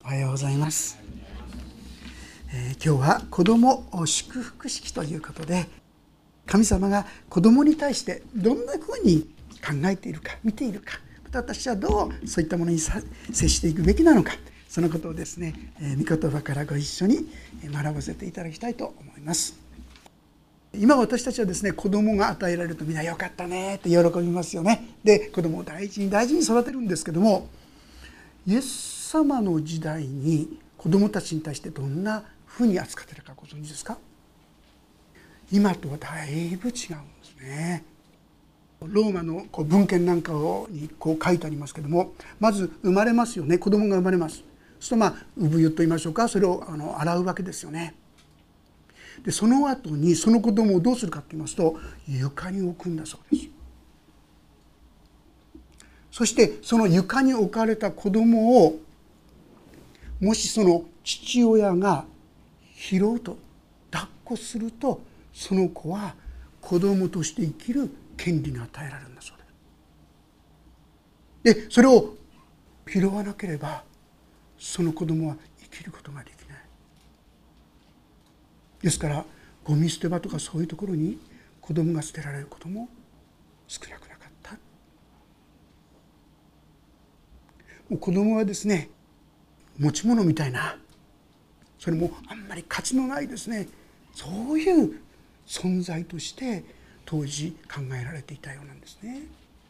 おはようございます。今日は子供祝福式ということで、神様が子供に対してどんなふうに考えているか、見ているか、また私はどうそういったものに接していくべきなのか、そのことをですね、御言葉からご一緒に学ばせていただきたいと思います。今私たちはですね、子供が与えられるとみんなよかったねって喜びますよね。で、子供を大事に大事に育てるんですけども、イエス様の時代に子供たちに対してどんなふうに扱っているかご存知ですか？今とはだいぶ違うんですね。ローマの文献なんかに書いてありますけども、まず生まれますよね。子供が生まれます。そうすると産湯と言いましょうか、それを洗うわけですよね。でその後にその子供をどうするかと言いますと、床に置くんだそうです。そしてその床に置かれた子供を、もしその父親が拾うと、抱っこすると、その子は子供として生きる権利が与えられるんだそうです。でそれを拾わなければその子供は生きることができない。ですからゴミ捨て場とかそういうところに子供が捨てられることも少なくなかった。もう子供はですね、持ち物みたいな、それもあんまり価値のないですね、そういう存在として当時考えられていたようなんですね。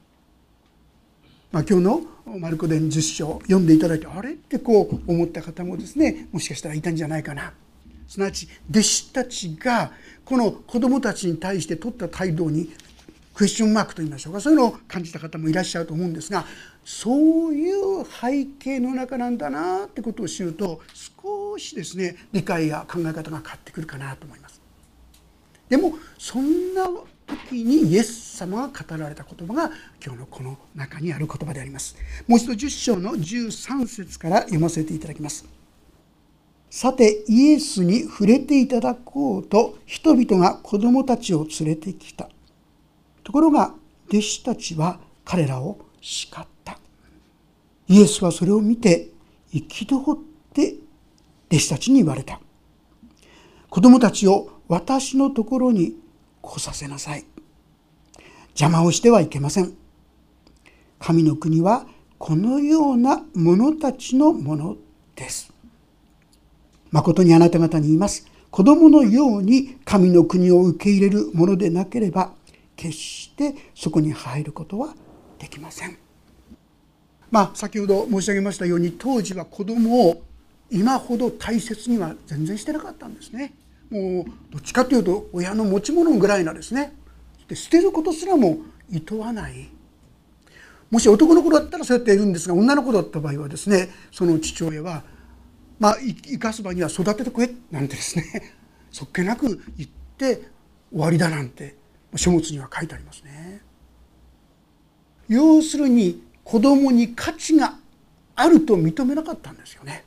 今日のマルコ伝10章読んでいただいて、あれって思った方もですね、もしかしたらいたんじゃないかな。すなわち弟子たちがこの子どもたちに対して取った態度にクエスチョンマークといいましょうか、そういうのを感じた方もいらっしゃると思うんですが、そういう背景の中なんだなってことを知ると、少しですね理解や考え方が変わってくるかなと思います。でもそんな時にイエス様が語られた言葉が今日のこの中にある言葉であります。もう一度10章の13節から読ませていただきます。さてイエスに触れていただこうと人々が子供たちを連れてきた。ところが弟子たちは彼らを叱った。イエスはそれを見て憤って弟子たちに言われた。子供たちを私のところに来させなさい。邪魔をしてはいけません。神の国はこのような者たちのものです。誠にあなた方に言います。子供のように神の国を受け入れるものでなければ、決してそこに入ることはできません。先ほど申し上げましたように、当時は子供を今ほど大切には全然してなかったんですね。もうどっちかというと親の持ち物ぐらいなですね。で捨てることすらも厭わない。もし男の子だったらそうやっているんですが、女の子だった場合はですね、その父親は生かす場には育ててくれなんてですね、そっけなく言って終わりだなんて書物には書いてありますね。要するに子供に価値があると認めなかったんですよね。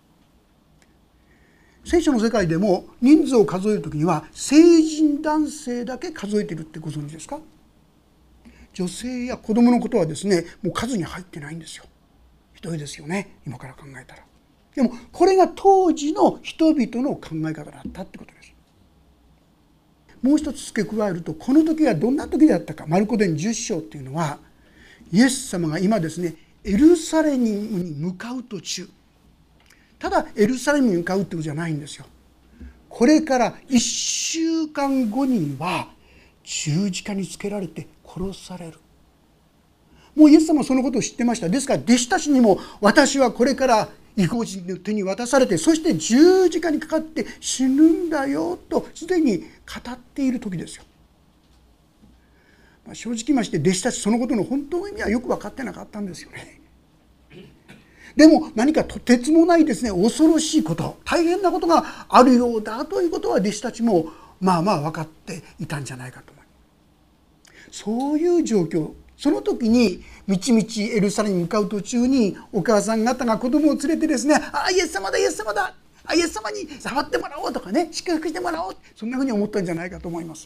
聖書の世界でも人数を数えるときには成人男性だけ数えているってご存知ですか？女性や子供のことはですね、もう数に入ってないんですよ。ひどいですよね、今から考えたら。でもこれが当時の人々の考え方だったってことです。もう一つ付け加えると、この時はどんな時だったか。マルコ伝10章っていうのは、イエス様が今ですねエルサレムに向かう途中、ただエルサレムに向かうってことじゃないんですよ。これから1週間後には十字架につけられて殺される。もうイエス様はそのことを知ってました。ですから弟子たちにも、私はこれから異邦人の手に渡されて、そして十字架にかかって死ぬんだよとすでに語っている時ですよ。正直まして弟子たちそのことの本当の意味はよく分かってなかったんですよね。でも何かとてつもないですね、恐ろしいこと、大変なことがあるようだということは弟子たちも分かっていたんじゃないかと思います。そういう状況、その時にみちみちエルサレムに向かう途中にお母さん方が子供を連れてですね、イエス様だイエス様だ、イエス様に触ってもらおうとかね、祝福してもらおう、そんなふうに思ったんじゃないかと思います。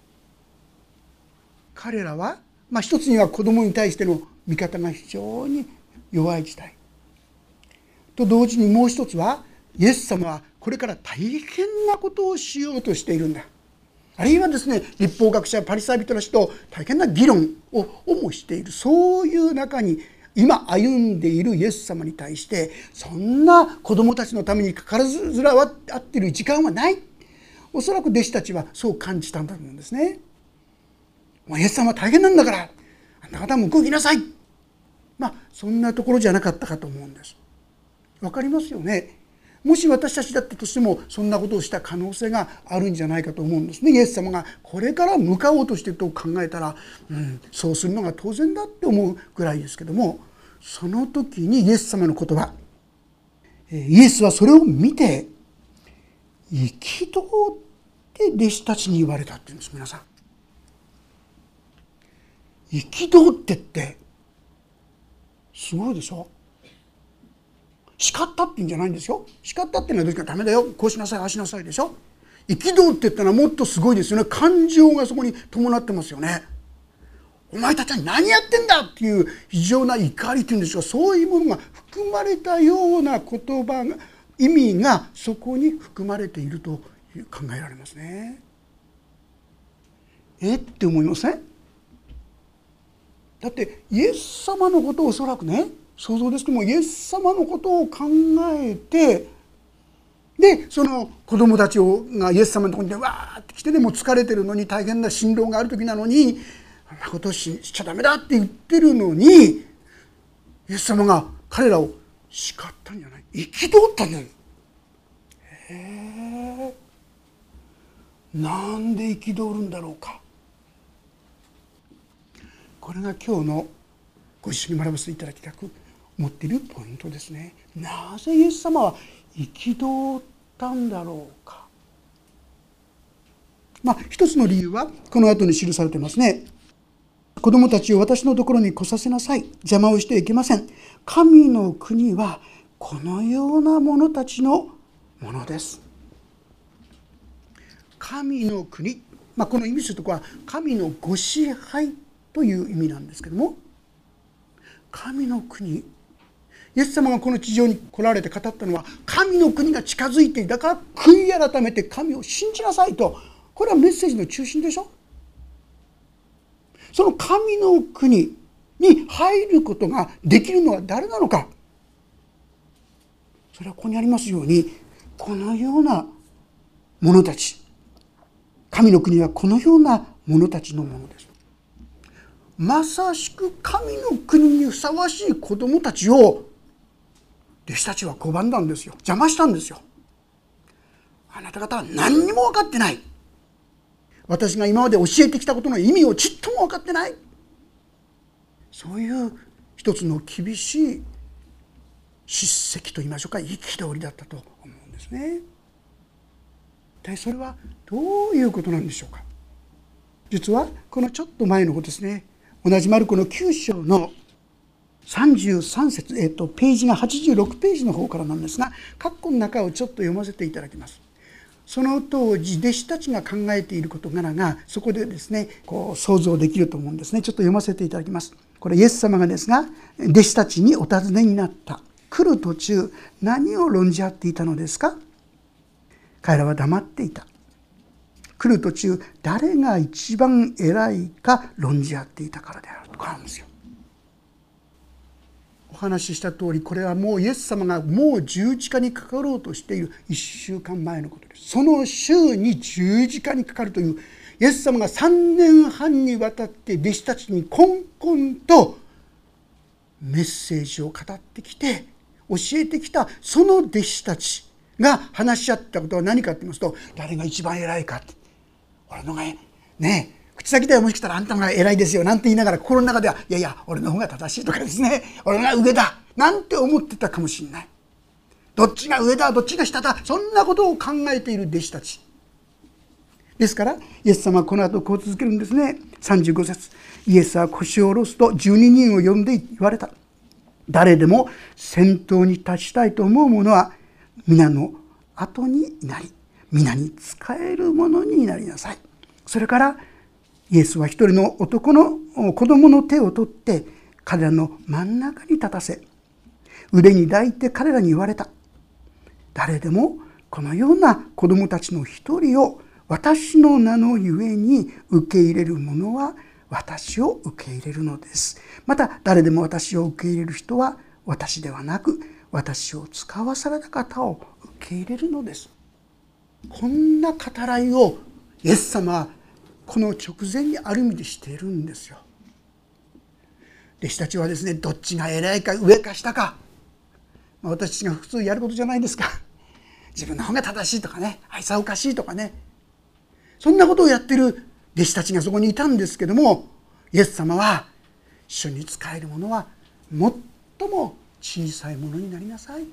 彼らは、一つには子供に対しての見方が非常に弱い時代。 と同時にもう一つは、イエス様はこれから大変なことをしようとしているんだ。あるいはですね、律法学者パリサイ人たちと大変な議論をもしている、そういう中に今歩んでいるイエス様に対して、そんな子供たちのためにかからずらわっている時間はない。おそらく弟子たちはそう感じたんだと思うんですね。もうイエス様は大変なんだから、あんな方は向こう行きなさい。そんなところじゃなかったかと思うんです。わかりますよね。もし私たちだったとしてもそんなことをした可能性があるんじゃないかと思うんですね。イエス様がこれから向かおうとしていると考えたら、そうするのが当然だって思うぐらいですけども、その時にイエス様の言葉、イエスはそれを見て憤って弟子たちに言われたって言うんです。皆さん、憤ってってすごいでしょ。叱ったって言うんじゃないんですよ。叱ったっていうのはどうかダメだよ、こうしなさいああしなさいでしょ。憤って言ったのはもっとすごいですよね。感情がそこに伴ってますよね。お前たちは何やってんだっていう非常な怒りっていうんですが、そういうものが含まれたような言葉が、意味がそこに含まれていると考えられますね。って思いません？だってイエス様のことをおそらくね、想像ですけども、イエス様のことを考えて、でその子供たちがイエス様のところにわーって来てね、もう疲れてるのに、大変な心労がある時なのに、あんなことをしちゃダメだって言ってるのに、イエス様が彼らを叱ったんじゃない、憤ったんだよ。なんで憤るんだろうか。これが今日のご一緒に学ばせていただきたく思っているポイントですね。なぜイエス様は憤ったんだろうか。一つの理由はこの後に記されていますね。子供たちを私のところに来させなさい。邪魔をしてはいけません。神の国はこのような者たちのものです。神の国、この意味するところは神のご支配という意味なんですけども、神の国、イエス様がこの地上に来られて語ったのは、神の国が近づいている、だから悔い改めて神を信じなさいと。これはメッセージの中心でしょ。その神の国に入ることができるのは誰なのか。それはここにありますように、このような者たち、神の国はこのような者たちのものです。まさしく神の国にふさわしい子供たちを弟子たちは拒んだんですよ。邪魔したんですよ。あなた方は何にも分かってない。私が今まで教えてきたことの意味をちっとも分かってない。そういう一つの厳しい叱責と言いましょうか、憤りだったと思うんですね。一体それはどういうことなんでしょうか。実はこのちょっと前のことですね、同じマルコの9章の33節、ページが86ページの方からなんですが、括弧の中をちょっと読ませていただきます。その当時弟子たちが考えている事柄がそこでですね、想像できると思うんですね。ちょっと読ませていただきます。これイエス様がですが、弟子たちにお尋ねになった。来る途中何を論じ合っていたのですか。彼らは黙っていた。来る途中誰が一番偉いか論じ合っていたからであるとかあるんですよ。お話しした通り、これはもうイエス様がもう十字架にかかろうとしている1週間前のことです。その週に十字架にかかるという、イエス様が3年半にわたって弟子たちにこんこんとメッセージを語ってきて教えてきた、その弟子たちが話し合ったことは何かと言いますと、誰が一番偉いかって、俺のがねえ、口先ではもしかしたらあんたのが偉いですよなんて言いながら、心の中ではいやいや俺の方が正しいとかですね、俺が上だなんて思ってたかもしれない。どっちが上だどっちが下だ、そんなことを考えている弟子たちですから、イエス様はこの後こう続けるんですね。35節、イエスは腰を下ろすと12人を呼んで言われた。誰でも先頭に立ちたいと思う者は皆の後になり、皆に仕える者になりなさい。それからイエスは一人の男の子供の手を取って彼らの真ん中に立たせ、 腕に抱いて彼らに言われた。誰でもこのような子供たちの一人を私の名のゆえに受け入れる者は私を受け入れるのです。また誰でも私を受け入れる人は私ではなく私を使わされた方を受け入れるのです。こんな語らいをイエス様はこの直前にある意味でしているんですよ。弟子たちはですね、どっちが偉いか上か下か、私たちが普通やることじゃないですか。自分の方が正しいとかね、あいつはおかしいとかね、そんなことをやっている弟子たちがそこにいたんですけども、イエス様は主に仕える者は最も小さいものになりなさい。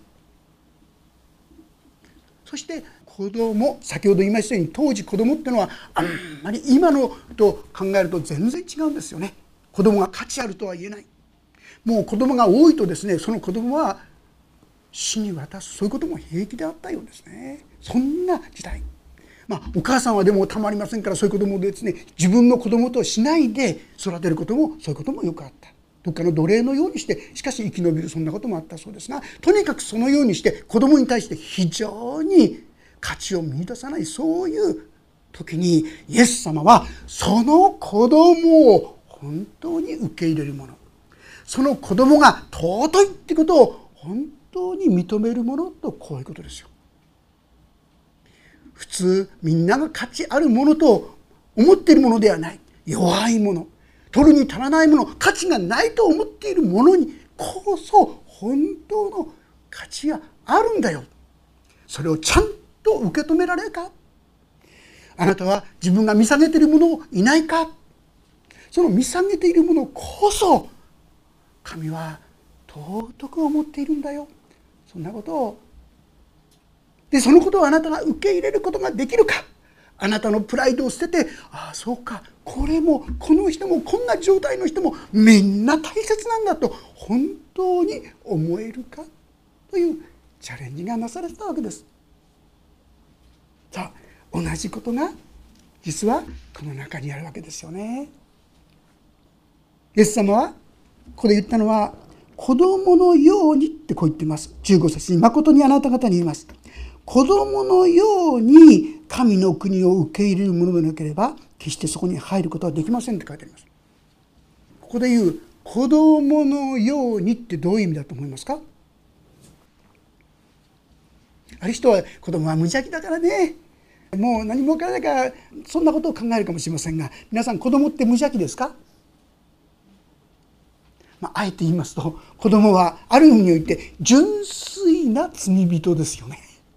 そして子供、先ほど言いましたように当時子供っていうのはあんまり今のと考えると全然違うんですよね。子供が価値あるとは言えない。もう子供が多いとですね、その子供は死に渡す、そういうことも平気であったようですね。そんな時代、お母さんはでもたまりませんから、そういう子供でですね、自分の子供としないで育てることも、そういうこともよくあった。どっかの奴隷のようにしてしかし生き延びる、そんなこともあったそうですが、とにかくそのようにして子供に対して非常に価値を見出さない、そういう時にイエス様はその子供を本当に受け入れるもの、その子供が尊いってことを本当に認めるものと、こういうことですよ。普通みんなが価値あるものと思っているものではない、弱いもの、取るに足らないもの、価値がないと思っているものにこそ本当の価値があるんだよ。それをちゃんと受け止められるか。あなたは自分が見下げているものいないか。その見下げているものこそ神は尊く思っているんだよ。そんなことをで、そのことをあなたが受け入れることができるか。あなたのプライドを捨てて、ああそうか、これもこの人もこんな状態の人もみんな大切なんだと本当に思えるかというチャレンジがなされたわけです。さあ、同じことが実はこの中にあるわけですよね。イエス様はここで言ったのは、子供のようにってこう言っています。15節に、誠にあなた方に言います。子供のように神の国を受け入れるものでなければ決してそこに入ることはできませんって書いてあります。ここで言う子供のようにってどういう意味だと思いますか？ある人は子供は無邪気だからね、もう何も分からないから、そんなことを考えるかもしれませんが、皆さん子供って無邪気ですか？あえて言いますと、子供はある意味において純粋な罪人ですよね。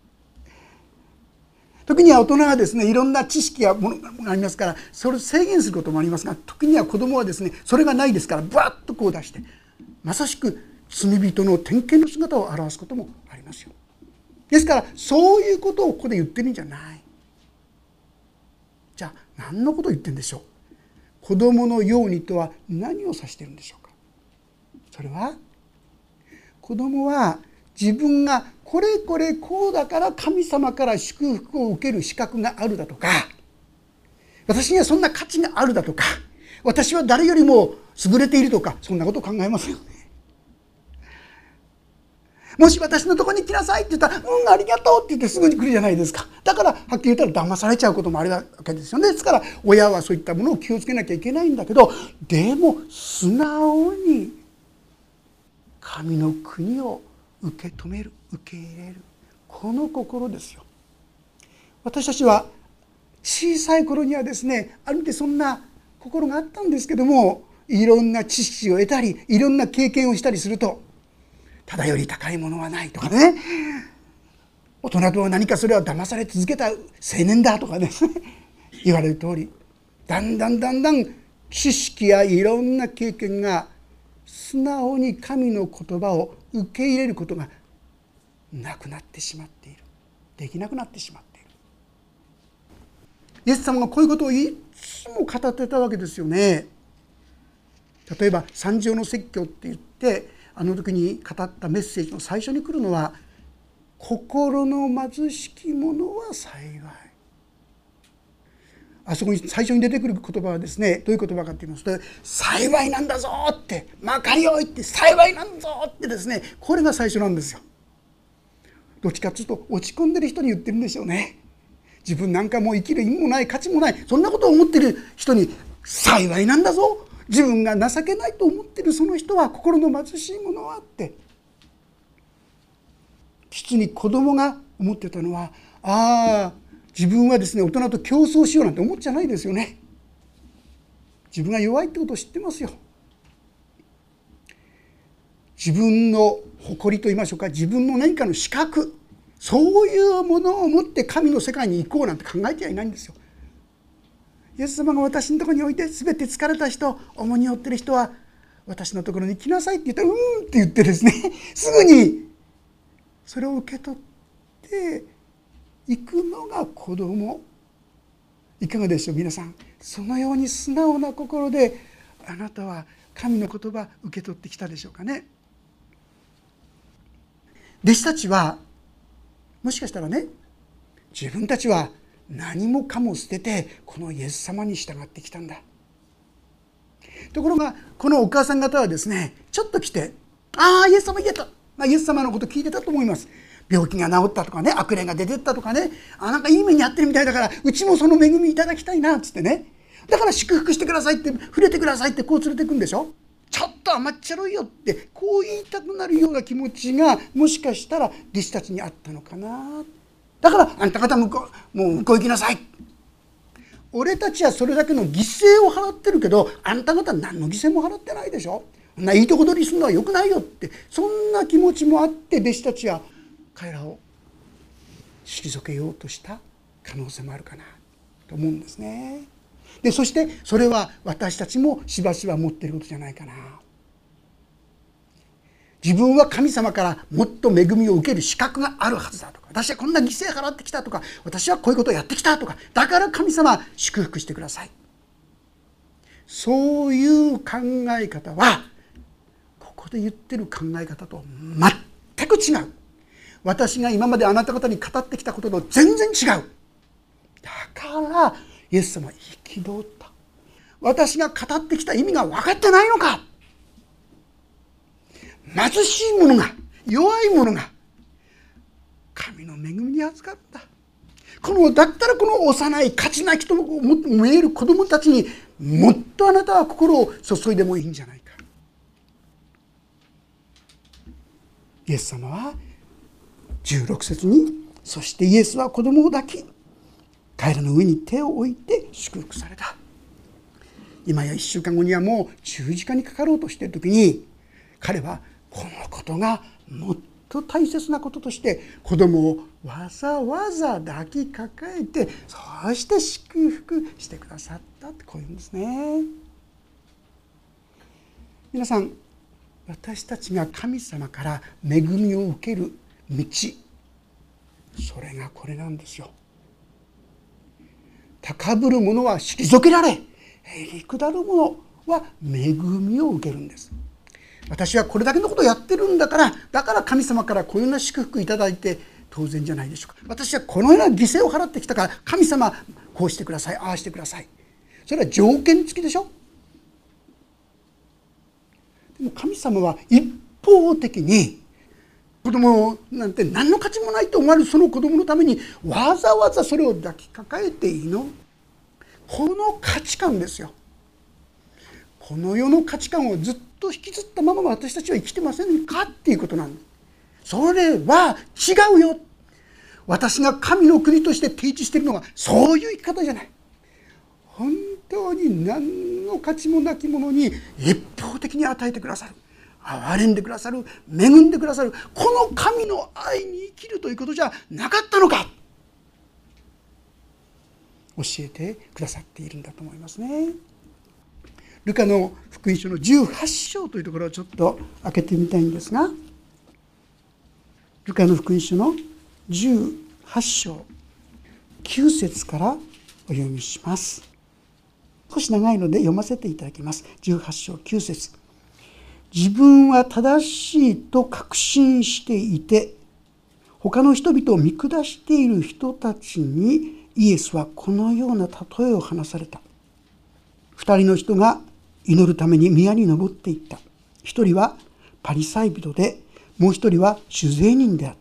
時には大人はですね、いろんな知識やものがありますから、それを制限することもありますが、時には子供はですね、それがないですからバッとこう出して、まさしく罪人の典型の姿を表すこともありますよ。ですからそういうことをここで言ってるんじゃない。じゃあ何のことを言ってるんでしょう。子供のようにとは何を指しているんでしょうか。それは子供は自分がこれこれこうだから神様から祝福を受ける資格があるだとか、私にはそんな価値があるだとか、私は誰よりも優れているとか、そんなことを考えますよね。もし私のところに来なさいって言ったら、ありがとうって言ってすぐに来るじゃないですか。だからはっきり言ったら騙されちゃうこともあるわけですよね。ですから親はそういったものを気をつけなきゃいけないんだけど、でも素直に神の国を受け止める、受け入れる、この心ですよ。私たちは小さい頃にはですね、ある意味でそんな心があったんですけども、いろんな知識を得たり、いろんな経験をしたりすると、ただより高いものはないとかね、大人とは何かそれは騙され続けた青年だとかですね、言われる通り、だんだん知識やいろんな経験が素直に神の言葉を受け入れることがなくなってしまっている、できなくなってしまっている。イエス様がこういうことをいつも語ってたわけですよね。例えば三条の説教って言って、あの時に語ったメッセージの最初に来るのは、心の貧しき者は幸い。 あそこに最初に出てくる言葉はですね、どういう言葉かと言いますと、幸いなんだぞって、まかりを言って幸いなんだぞってですね、これが最初なんですよ。どっちかというと落ち込んでる人に言ってるんでしょうね。自分なんかもう生きる意味もない価値もない、そんなことを思ってる人に幸いなんだぞ、自分が情けないと思ってるその人は心の貧しいものはって、実に子供が思ってたのは、自分はですね大人と競争しようなんて思っちゃないですよね。自分が弱いってことを知ってますよ。自分の誇りと言いましょうか、自分の何かの資格、そういうものを持って神の世界に行こうなんて考えてはいないんですよ。イエス様が私のところにおいて、全て疲れた人、重荷を負っている人は私のところに来なさいって言ったら、って言ってですね、すぐにそれを受け取って行くのが子供。いかがでしょう皆さん。そのように素直な心であなたは神の言葉受け取ってきたでしょうかね。弟子たちはもしかしたらね、自分たちは何もかも捨ててこのイエス様に従ってきたんだ。ところがこのお母さん方はですね、ちょっと来て、イエス様言えた、イエス様のこと聞いてたと思います。病気が治ったとかね、悪霊が出てったとかね、なんかいい目に遭ってるみたいだからうちもその恵みいただきたいなっつってね、だから祝福してくださいって、触れてくださいってこう連れてくんでしょ。ちょっと甘っちゃろいよってこう言いたくなるような気持ちがもしかしたら弟子たちにあったのかな。だからあんた方もう向こう行きなさい、俺たちはそれだけの犠牲を払ってるけどあんた方何の犠牲も払ってないでしょ、いいとこ取りするのはよくないよって、そんな気持ちもあって弟子たちは彼らを退けようとした可能性もあるかなと思うんですね。でそしてそれは私たちもしばしば持っていることじゃないかな。自分は神様からもっと恵みを受ける資格があるはずだとか、私はこんな犠牲払ってきたとか、私はこういうことをやってきたとか、だから神様祝福してください、そういう考え方はここで言ってる考え方と全く違う。私が今まであなた方に語ってきたことと全然違う。だからイエス様は憤った。私が語ってきた意味が分かってないのか。貧しい者が、弱い者が神の恵みに預かった。だったらこの幼い価値なきと見える子供たちにもっとあなたは心を注いでもいいんじゃないか。イエス様は16節に、そしてイエスは子供を抱き彼らの上に手を置いて祝福された。今や1週間後にはもう十字架にかかろうとしている時に、彼はこのことがもっと大切なこととして子供をわざわざ抱きかかえて、そして祝福してくださったってこういうんですね。皆さん、私たちが神様から恵みを受ける道、それがこれなんですよ。高ぶる者は退けられ、へりくだる者は恵みを受けるんです。私はこれだけのことをやってるんだから、だから神様からこういうような祝福いただいて当然じゃないでしょうか。私はこのような犠牲を払ってきたから、神様こうしてください、ああしてください、それは条件付きでしょ。でも神様は一方的に子供なんて何の価値もないと思われるその子供のためにわざわざそれを抱きかかえていいの？この価値観ですよ。この世の価値観をずっと引きずったまま私たちは生きてませんかっていうことなんです。それは違うよ。私が神の国として提示しているのはそういう生き方じゃない。本当に何の価値もなきものに一方的に与えてくださる、憐れんでくださる、恵んでくださる、この神の愛に生きるということじゃなかったのか、教えてくださっているんだと思いますね。ルカの福音書の18章というところをちょっと開けてみたいんですが、ルカの福音書の18章9節からお読みします。少し長いので読ませていただきます。18章9節。自分は正しいと確信していて他の人々を見下している人たちにイエスはこのような例えを話された。二人の人が祈るために宮に登っていった。一人はパリサイ人で、もう一人は主税人であった。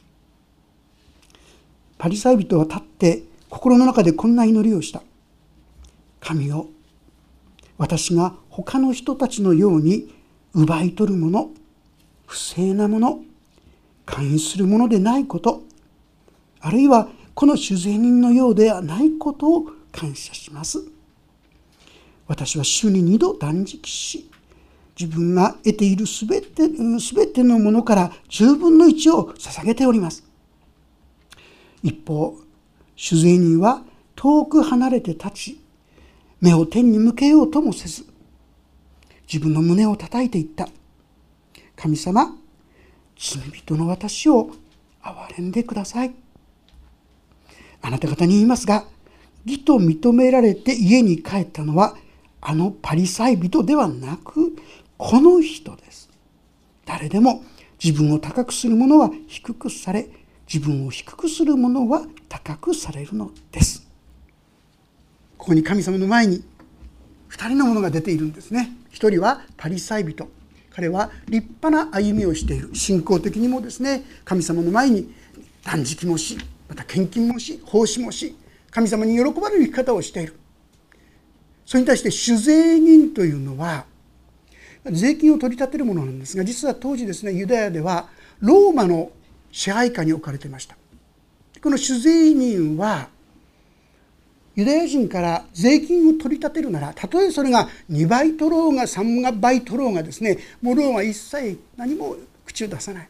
パリサイ人は立って心の中でこんな祈りをした。神よ、私が他の人たちのように奪い取るもの、不正なもの、姦淫するものでないこと、あるいはこの主税人のようではないことを感謝します。私は週に2度断食し、自分が得ているすべてのものから10分の1を捧げております。一方、主税人は遠く離れて立ち、目を天に向けようともせず、自分の胸を叩いていった。神様、罪人の私を憐れんでください。あなた方に言いますが、義と認められて家に帰ったのは、あのパリサイ人ではなく、この人です。誰でも自分を高くする者は低くされ、自分を低くする者は高くされるのです。ここに神様の前に2人の者が出ているんですね。一人はパリサイ人。彼は立派な歩みをしている。信仰的にもですね、神様の前に断食もし、また献金もし、奉仕もし、神様に喜ばれる生き方をしている。それに対して主税人というのは税金を取り立てるものなんですが、実は当時ですね、ユダヤではローマの支配下に置かれていました。この主税人はユダヤ人から税金を取り立てるなら、たとえそれが2倍取ろうが3倍取ろうがですね、もうローマは一切何も口を出さない。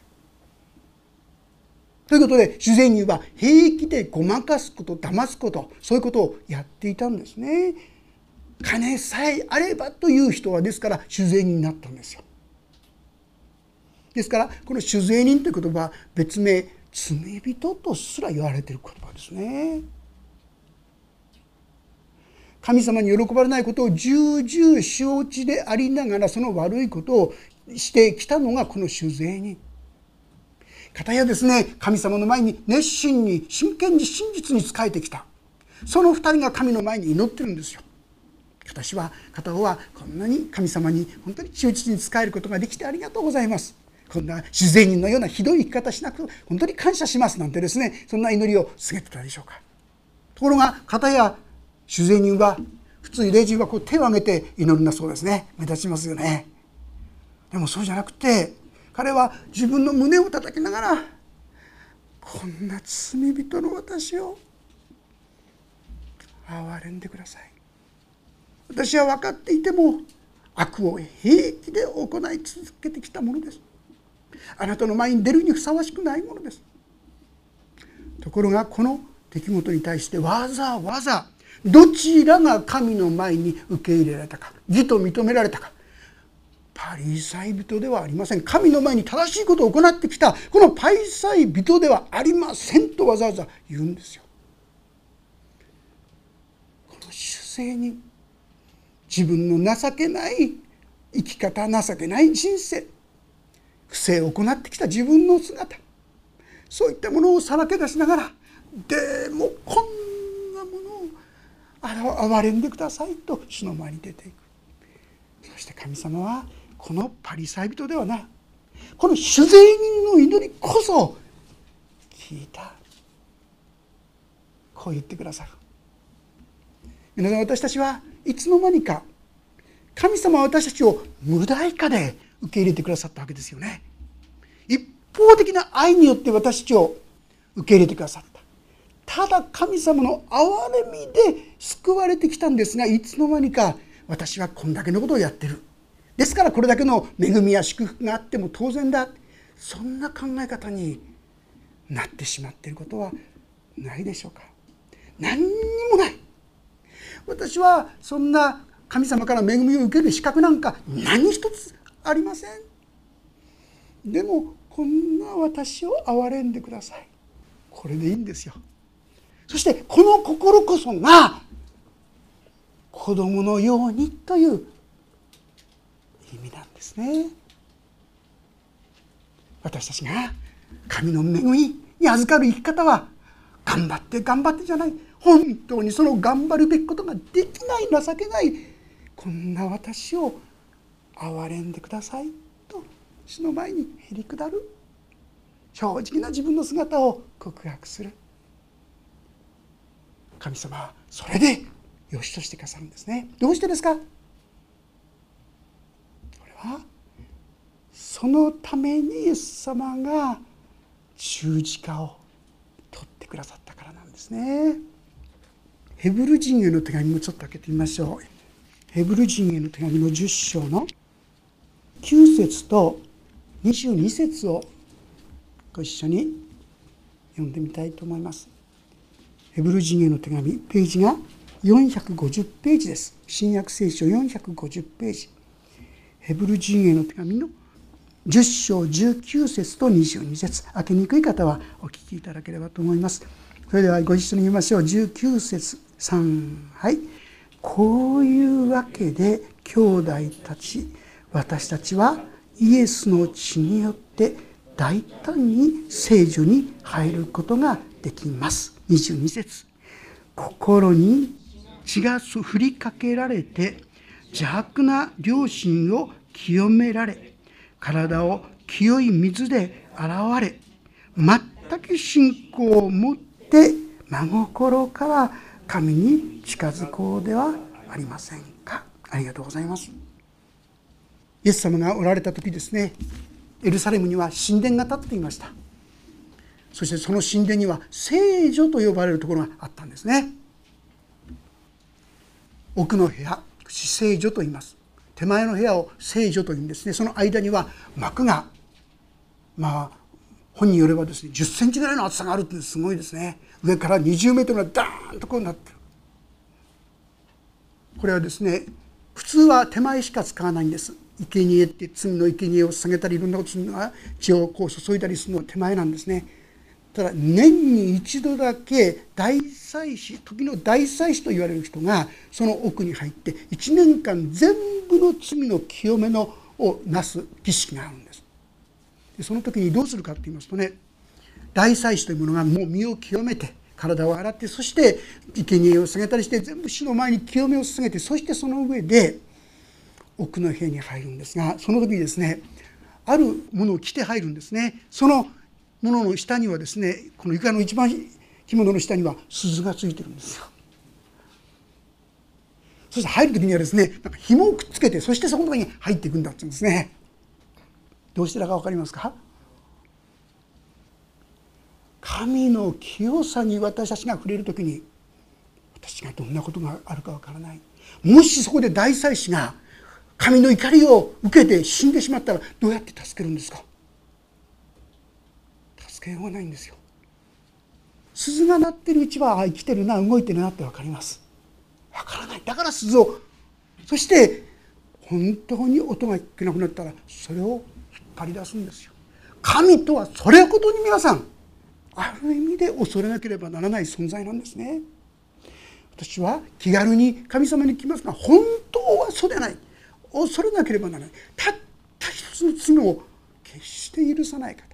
ということで、主税人は平気でごまかすこと、騙すこと、そういうことをやっていたんですね。金さえあればという人はですから主税人になったんですよ。ですからこの主税人という言葉は別名罪人とすら言われている言葉ですね。神様に喜ばれないことを重々承知でありながら、その悪いことをしてきたのがこの主税人。かたやですね、神様の前に熱心に真剣に真実に仕えてきた、その二人が神の前に祈ってるんですよ。片方はこんなに神様に本当に忠実に仕えることができてありがとうございます、こんな主税人のようなひどい生き方しなく本当に感謝しますなんてですね、そんな祈りを告げてたでしょうか。ところが片や主税人は、普通霊人はこう手を挙げて祈るんだそうですね。目立ちますよね。でもそうじゃなくて、彼は自分の胸を叩きながら、こんな罪人の私を憐れんでください。私は分かっていても悪を平気で行い続けてきたものです。あなたの前に出るにふさわしくないものです。ところがこの出来事に対してわざわざどちらが神の前に受け入れられたか、義と認められたか、パリサイ人ではありません。神の前に正しいことを行ってきたこのパリサイ人ではありませんとわざわざ言うんですよ。この主税人、自分の情けない生き方、情けない人生、不正を行ってきた自分の姿、そういったものをさらけ出しながら、でもこんなものを憐れんでくださいと主の前に出ていく。そして神様はこのパリサイ人ではない、この主税人の祈りこそ聞いた、こう言ってくださる。皆さん、私たちはいつの間にか神様は私たちを無代価で受け入れてくださったわけですよね。一方的な愛によって私たちを受け入れてくださった。ただ神様の憐れみで救われてきたんですが、いつの間にか私はこんだけのことをやってる、ですからこれだけの恵みや祝福があっても当然だ、そんな考え方になってしまっていることはないでしょうか。何にもない。私はそんな神様から恵みを受ける資格なんか何一つありません。でもこんな私を憐れんでください、これでいいんですよ。そしてこの心こそが子供のようにという意味なんですね。私たちが神の恵みに預かる生き方は頑張って頑張ってじゃない、本当にその頑張るべきことができない、情けない、こんな私を憐れんでくださいと主の前にへり下る、正直な自分の姿を告白する。神様はそれでよしとしてくださるんですね。どうしてですか？これはそのためにイエス様が十字架を取ってくださったからなんですね。ヘブル人への手紙もちょっと開けてみましょう。ヘブル人への手紙の10章の9節と22節をご一緒に読んでみたいと思います。ヘブル人への手紙、ページが450ページです。新約聖書450ページ。ヘブル人への手紙の10章19節と22節。開けにくい方はお聞きいただければと思います。それではご一緒に読みましょう。19節3、はい。こういうわけで兄弟たち、私たちはイエスの血によって大胆に聖所に入ることができます。22節。心に血が振りかけられて邪悪な良心を清められ、体を清い水で洗われ、全く信仰を持って真心から神に近づこうではありませんか。ありがとうございます。イエス様がおられた時ですね、エルサレムには神殿が建っていました。そしてその神殿には聖所と呼ばれるところがあったんですね。奥の部屋、至聖所と言います。手前の部屋を聖所というんですね。その間には幕が、本によればですね、10センチぐらいの厚さがあるってすごいですね。上から20メートルがダーンとこうなってる。これはですね、普通は手前しか使わないんです。生贄って罪の生贄を捧げたりいろんなことするのは血をこう注いだりするのは手前なんですね。ただ年に一度だけ大祭司、時の大祭司と言われる人がその奥に入って1年間全部の罪の清めのをなす儀式があるんです。でその時にどうするかと言いますとね、大祭司というものがもう身を清めて体を洗って、そして生贄を捧げたりして全部主の前に清めを捧げて、そしてその上で奥の部屋に入るんですが、その時にですね、あるものを着て入るんですね。そのものの下にはですね、この床の一番着物の下には鈴がついてるんですよ。そして入る時にはですね、なんか紐をくっつけて、そしてそこの中に入っていくんだって言うんですね。どうしてだか分かりますか？神の清さに私たちが触れる時に、私がどんなことがあるか分からない。もしそこで大祭司が神の怒りを受けて死んでしまったらどうやって助けるんですか？助けようがないんですよ。鈴が鳴ってるうちは生きてるな、動いてるなって分かります。分からない。だから鈴を、そして本当に音が聞けなくなったらそれを引っ張り出すんですよ。神とはそれほどに皆さんある意味で恐れなければならない存在なんですね。私は気軽に神様に来ますが、本当はそうではない。恐れなければならない。たった一つの罪を決して許さない方。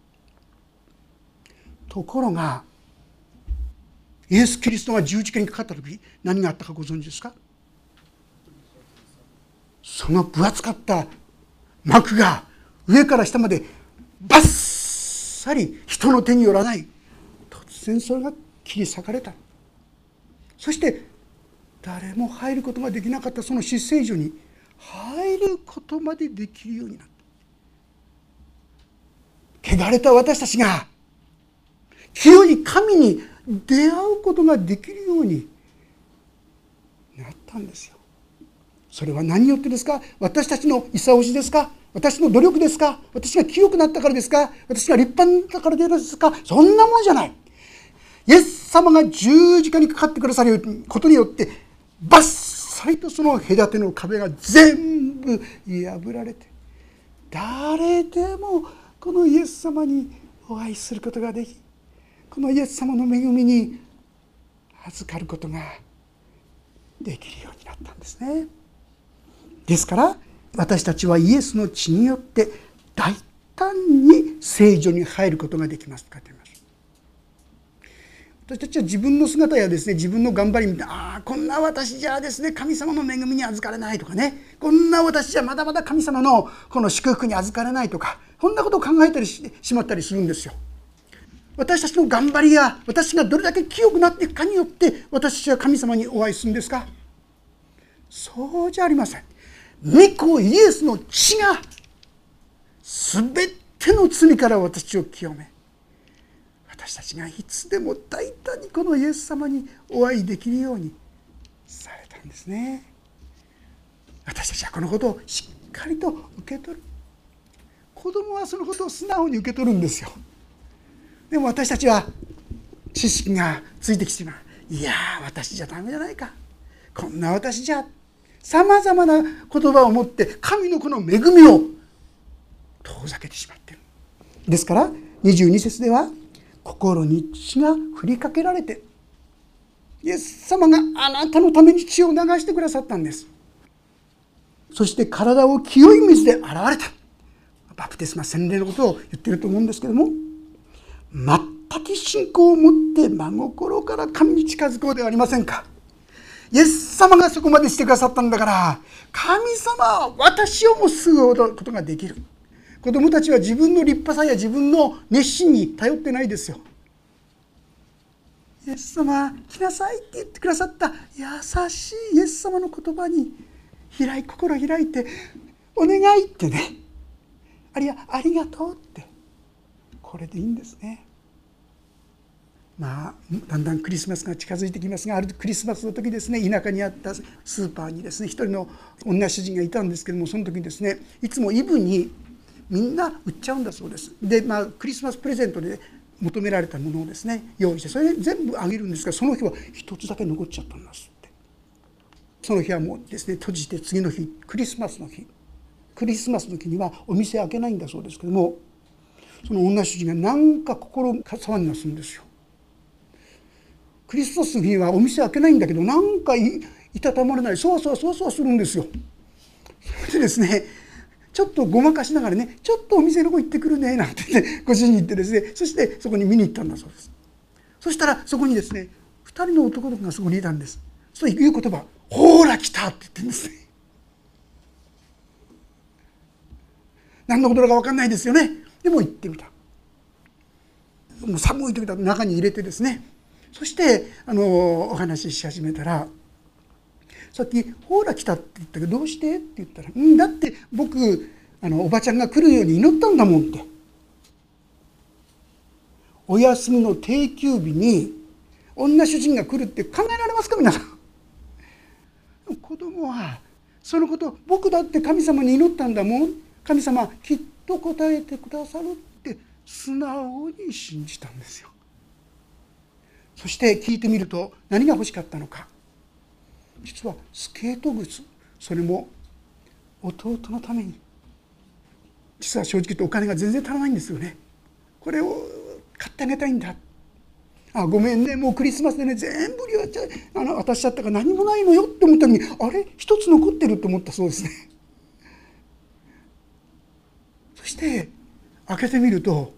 ところがイエス・キリストが十字架にかかった時、何があったかご存知ですか？その分厚かった幕が上から下までバッサリ、人の手によらない突然それが切り裂かれた。そして誰も入ることができなかったその至聖所に入ることまでできるようになった。汚れた私たちが清い神に出会うことができるようになったんですよ。それは何によってですか？私たちの功しですか？私の努力ですか？私が清くなったからですか？私が立派だからですか？そんなものじゃない。イエス様が十字架にかかってくださることによってバッサリとその隔ての壁が全部破られて、誰でもこのイエス様にお会いすることができ、このイエス様の恵みに預かることができるようになったんですね。ですから私たちはイエスの血によって大胆に聖所に入ることができますと書いてあります。 私たちは自分の姿やですね、自分の頑張りみたいな、こんな私じゃですね神様の恵みに預かれないとかね、こんな私じゃまだまだ神様のこの祝福に預かれないとか、こんなことを考えたりしまったりするんですよ。私たちの頑張りや私がどれだけ清くなっていくかによって私たちは神様にお会いするんですか？そうじゃありません。御子イエスの血が全ての罪から私たちを清め、私たちがいつでも大胆にこのイエス様にお会いできるようにされたんですね。私たちはこのことをしっかりと受け取る。子供はそのことを素直に受け取るんですよ。でも私たちは知識がついてきてしまう。いやー、私じゃダメじゃないか、こんな私じゃ、さまざまな言葉を持って神のこの恵みを遠ざけてしまっている。ですから22節では、心に血が振りかけられて、イエス様があなたのために血を流してくださったんです。そして体を清い水で洗われた。バプテスマ洗礼のことを言っていると思うんですけども、全く信仰を持って真心から神に近づこうではありませんか。イエス様がそこまでしてくださったんだから、神様は私をも救うことができる。子供たちは自分の立派さや自分の熱心に頼ってないですよ。イエス様来なさいって言ってくださった優しいイエス様の言葉に心開いて、お願いってね、あるいはありがとうって、これでいいんですね。だんだんクリスマスが近づいてきますが、あるクリスマスの時ですね、田舎にあったスーパーにですね、一人の女主人がいたんですけども、その時にですね、いつもイブにみんな売っちゃうんだそうです。で、クリスマスプレゼントで求められたものをですね用意して、それ全部あげるんですが、その日は一つだけ残っちゃったんですって。その日はもうですね閉じて、次の日クリスマスの日にはお店開けないんだそうですけども、その女主人がなんか心騒ぎがするんですよ。クリスマスの日にはお店開けないんだけど、なんかいたたまれない、そわそわするんですよ。それでですね、ちょっとごまかしながらね、ちょっとお店の方行ってくるねなんて言ってご主人に言ってですね、そしてそこに見に行ったんだそうです。そしたらそこにですね2人の男の子がそこにいたんです。そういう言葉、ほーら来たって言ってるんですね。何のことだか分かんないですよね。でも行ってみた。もう寒い時だと中に入れてですね、そしてお話しし始めたら、さっきほーら来たって言ったけどどうしてって言ったら、だって僕おばちゃんが来るように祈ったんだもんって。お休みの定休日に女主人が来るって考えられますか皆さん。子供はそのこと、僕だって神様に祈ったんだもん、神様きっと答えてくださるって素直に信じたんですよ。そして聞いてみると何が欲しかったのか、実はスケート靴、それも弟のために。実は正直言ってお金が全然足らないんですよね。これを買ってあげたいんだ。ごめんね、もうクリスマスでね全部渡しちゃったから何もないのよって思ったのに、あれ一つ残ってると思ったそうですね。そして開けてみると、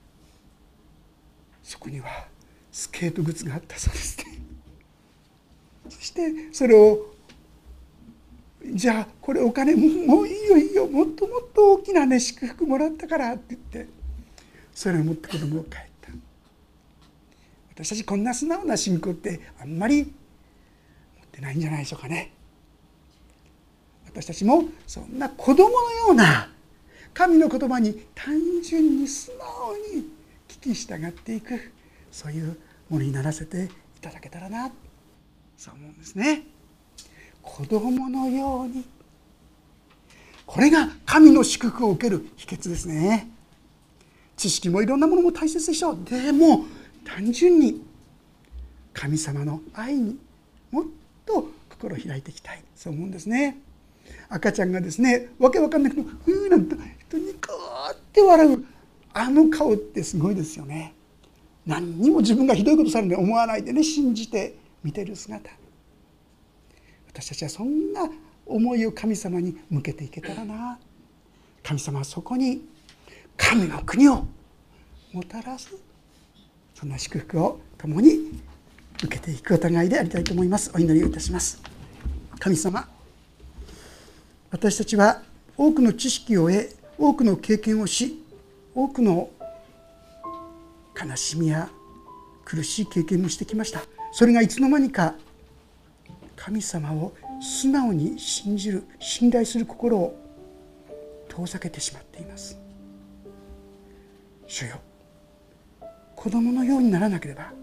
そこにはスケート靴があったそうですね。そしてそれを、じゃあこれお金もういいよ、もっともっと大きなね祝福もらったからって言って、それを持って子供を帰った。私たちこんな素直な信仰ってあんまり持ってないんじゃないでしょうかね。私たちもそんな子供のような神の言葉に単純に素直に聞き従っていく、そういうものにならせていただけたらな、そう思うんですね。子供のように、これが神の祝福を受ける秘訣ですね。知識もいろんなものも大切でしょう。でも単純に神様の愛にもっと心を開いていきたい、そう思うんですね。赤ちゃんがですねわけわかんなくてなんてニコーって笑う顔ってすごいですよね。何にも自分がひどいことされると思わないでね、信じて見てる姿、私たちはそんな思いを神様に向けていけたらな。神様はそこに神の国をもたらす、 そんな祝福を共に受けていくお互いでありたいと思います。お祈りをいたします。神様、私たちは多くの知識を得、多くの経験をし、多くの悲しみや苦しい経験もしてきました。それがいつの間にか神様を素直に信じる、信頼する心を遠ざけてしまっています。主よ、子供のようにならなければ、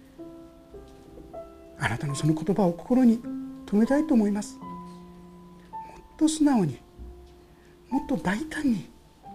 あなたのその言葉を心に留めたいと思います。もっと素直に、もっと大胆に、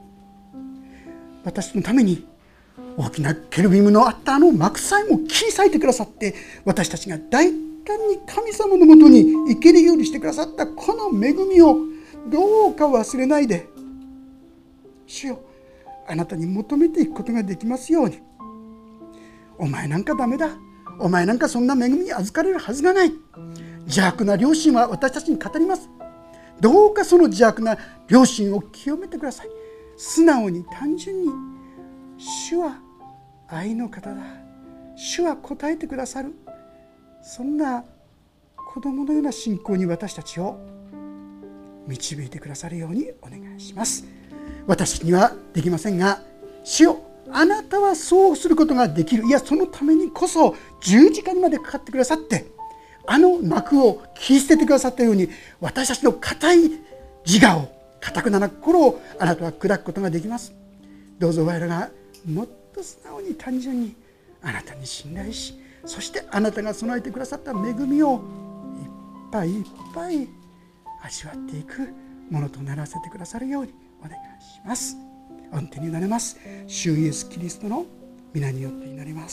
私のために大きなケルビムのあったあの幕さえも切り裂いてくださって、私たちが大胆に神様のもとに行けるようにしてくださったこの恵みをどうか忘れないで、主よ、あなたに求めていくことができますように。お前なんかダメだ、お前なんかそんな恵みに預かれるはずがない、邪悪な良心は私たちに語ります。どうかその邪悪な良心を清めてください。素直に単純に、主は愛の方だ、主は答えてくださる、そんな子供のような信仰に私たちを導いてくださるようにお願いします。私にはできませんが、主よ、あなたはそうすることができる。いや、そのためにこそ十字架にまでかかってくださって、あの幕を切り捨ててくださったように、私たちの固い自我を、固くなな心をあなたは砕くことができます。どうぞ我らがもっと素直に単純にあなたに信頼し、そしてあなたが備えてくださった恵みをいっぱいいっぱい味わっていくものとならせてくださるようにお願いします。御手に委ねます。主イエスキリストの皆によって祈ります。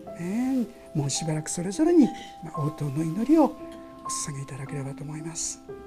もうしばらくそれぞれに応答の祈りをお捧げいただければと思います。